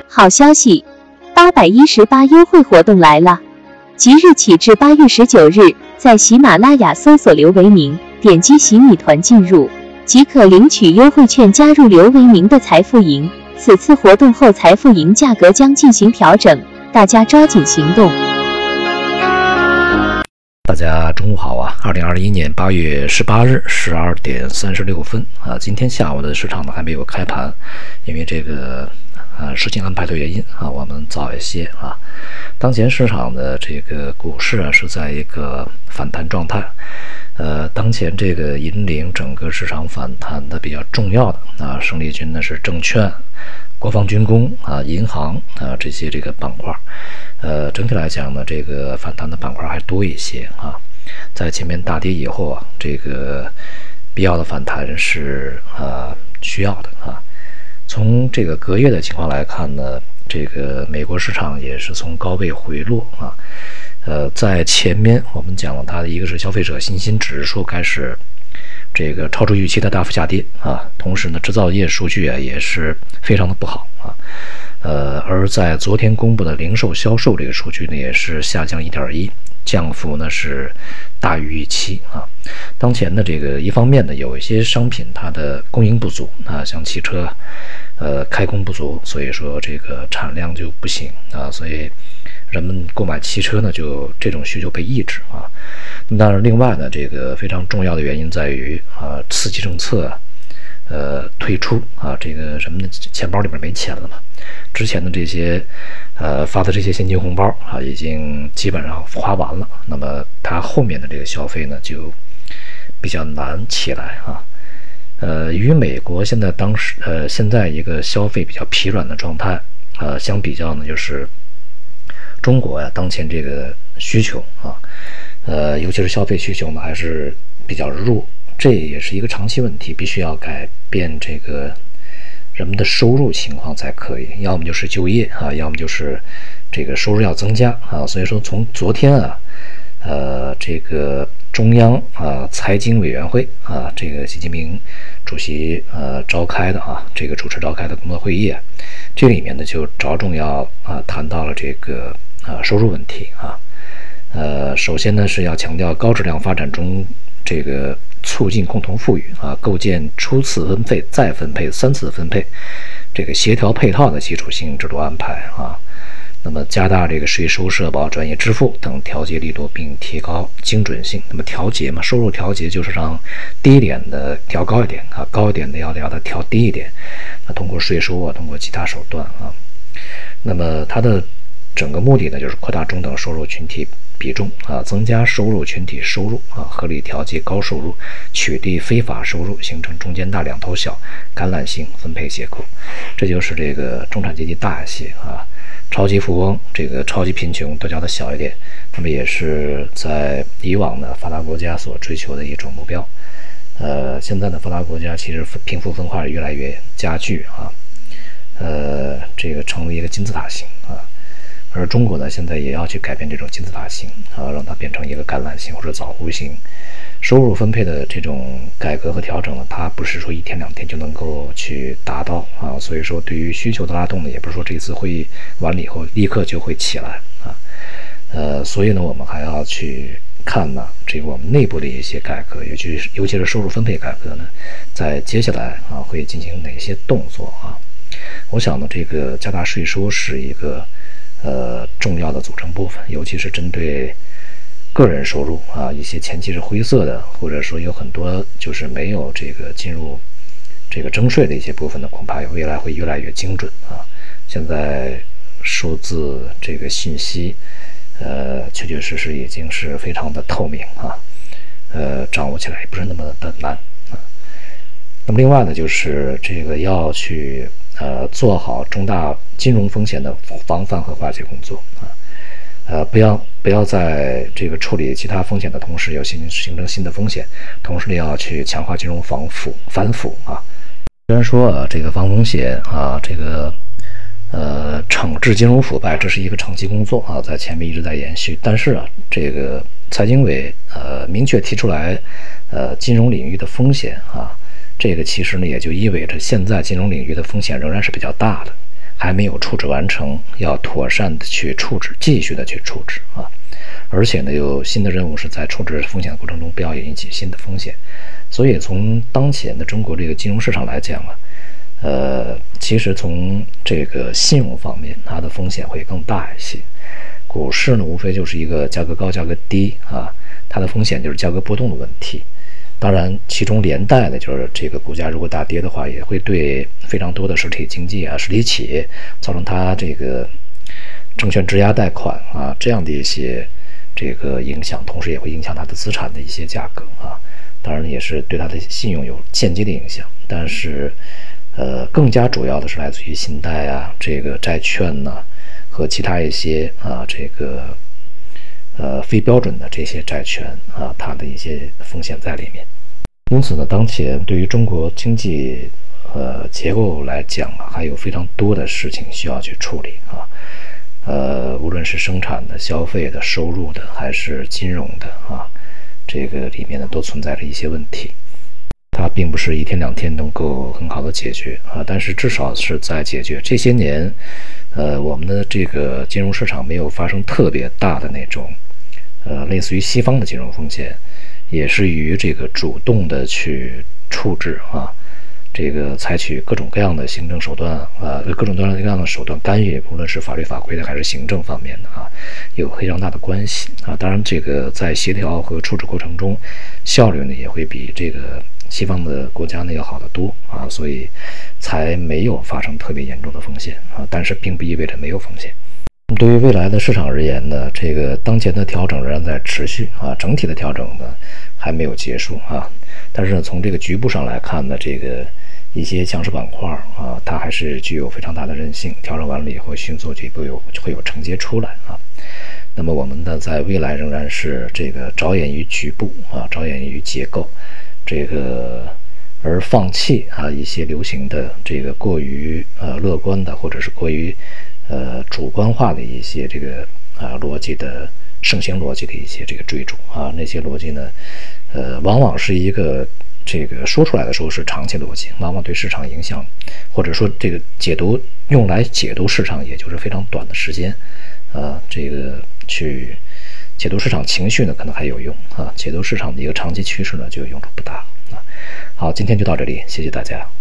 好消息，818优惠活动来了！即日起至8月19日，在喜马拉雅搜索刘维明，点击洗米团进入，即可领取优惠券加入刘维明的财富营。此次活动后，财富营价格将进行调整，大家抓紧行动。 大家中午好啊！2021年8月18日12点36分啊，今天下午的市场呢还没有开盘，因为这个事情安排的原因啊，我们早一些啊。当前市场的这个股市啊是在一个反弹状态，当前这个引领整个市场反弹的比较重要的啊胜利军呢是证券、国防军工啊、银行啊这些这个板块。整体来讲呢，这个反弹的板块还多一些啊。在前面大跌以后啊，这个必要的反弹是需要的啊。从这个隔夜的情况来看呢，这个美国市场也是从高位回落啊。在前面我们讲了它的一个是消费者信心指数开始这个超出预期的大幅下跌啊，同时呢制造业数据啊也是非常的不好啊。而在昨天公布的零售销售这个数据呢，也是下降1.1%，降幅呢是大于预期啊。当前的这个一方面呢，有一些商品它的供应不足啊，像汽车，开工不足，所以说这个产量就不行啊，所以人们购买汽车呢，就这种需求被抑制啊。那么当然，另外呢，这个非常重要的原因在于刺激政策退出啊，这个人们的钱包里面没钱了嘛。之前的这些发的这些现金红包啊，已经基本上花完了，那么它后面的这个消费呢就比较难起来啊。与美国现在一个消费比较疲软的状态相比较呢，就是中国呀当前这个需求啊，尤其是消费需求呢还是比较弱，这也是一个长期问题，必须要改变这个人们的收入情况才可以，要么就是就业啊，要么就是这个收入要增加啊。所以说从昨天这个中央财经委员会这个习近平主席召开的这个主持召开的工作会议这里面呢就着重要谈到了这个收入问题啊。首先呢是要强调高质量发展中这个促进共同富裕构建初次分配、再分配、三次分配这个协调配套的基础性制度安排那么加大这个税收、社保、专业支付等调节力度，并提高精准性。那么调节嘛，收入调节就是让低一点的调高一点高一点的要它调低一点。通过税收通过其他手段那么它的整个目的呢，就是扩大中等收入群体比重增加收入群体收入合理调节高收入，取缔非法收入，形成中间大两头小橄榄性分配结构。这就是这个中产阶级大一些超级富翁这个超级贫穷都叫它小一点，那么也是在以往的发达国家所追求的一种目标。现在的发达国家其实贫富分化越来越加剧这个成为一个金字塔型而中国呢现在也要去改变这种金字塔型让它变成一个橄榄型或者枣核型。收入分配的这种改革和调整呢，它不是说一天两天就能够去达到所以说对于需求的拉动呢，也不是说这次会议完了以后立刻就会起来所以呢我们还要去看呢这个我们内部的一些改革，尤其是收入分配改革呢，在接下来会进行哪些动作我想呢这个加大税收是一个重要的组成部分，尤其是针对个人收入一些前期是灰色的，或者说有很多就是没有这个进入这个征税的一些部分呢，恐怕未来会越来越精准现在数字这个信息确确实实已经是非常的透明掌握起来也不是那么的难那么另外呢，就是这个要去做好重大金融风险的防范和化解工作不要在这个处理其他风险的同时，要形成新的风险，同时呢要去强化金融反腐虽然说这个防风险这个惩治金融腐败，这是一个长期工作在前面一直在延续，但是这个财经委明确提出来金融领域的风险这个其实呢也就意味着现在金融领域的风险仍然是比较大的还没有处置完成，要妥善的去处置，继续的去处置啊。而且呢，有新的任务是在处置风险的过程中不要引起新的风险。所以从当前的中国这个金融市场来讲其实从这个信用方面，它的风险会更大一些。股市呢，无非就是一个价格高价格低啊，它的风险就是价格波动的问题。当然，其中连带的就是这个股价如果大跌的话，也会对非常多的实体经济啊、实体企业造成它这个证券质押贷款啊这样的一些这个影响，同时也会影响它的资产的一些价格啊。当然也是对它的信用有间接的影响，但是更加主要的是来自于信贷啊、这个债券呢和其他一些这个非标准的这些债券啊，它的一些风险在里面。因此呢，当前对于中国经济结构来讲还有非常多的事情需要去处理啊。无论是生产的、消费的、收入的，还是金融的啊，这个里面呢都存在着一些问题。它并不是一天两天能够很好的解决啊，但是至少是在解决。这些年，我们的这个金融市场没有发生特别大的那种，类似于西方的金融风险，也是于这个主动的去处置啊，这个采取各种各样的行政手段各种各样的手段干预，无论是法律法规的还是行政方面的有非常大的关系啊。当然，这个在协调和处置过程中，效率呢也会比这个西方的国家呢要好得多啊，所以才没有发生特别严重的风险啊。但是并不意味着没有风险。对于未来的市场而言呢，这个当前的调整仍然在持续啊，整体的调整呢还没有结束啊。但是呢，从这个局部上来看呢，这个一些强势板块啊，它还是具有非常大的韧性，调整完了以后迅速就会有承接出来啊。那么我们呢，在未来仍然是这个着眼于局部啊，着眼于结构，这个而放弃一些流行的这个过于乐观的，或者是过于主观化的一些这个逻辑的盛行逻辑的一些这个追逐啊，那些逻辑呢，往往是一个这个说出来的时候是长期逻辑，往往对市场影响，或者说这个用来解读市场，也就是非常短的时间，这个去解读市场情绪呢，可能还有用啊，解读市场的一个长期趋势呢，就用处不大啊。好，今天就到这里，谢谢大家。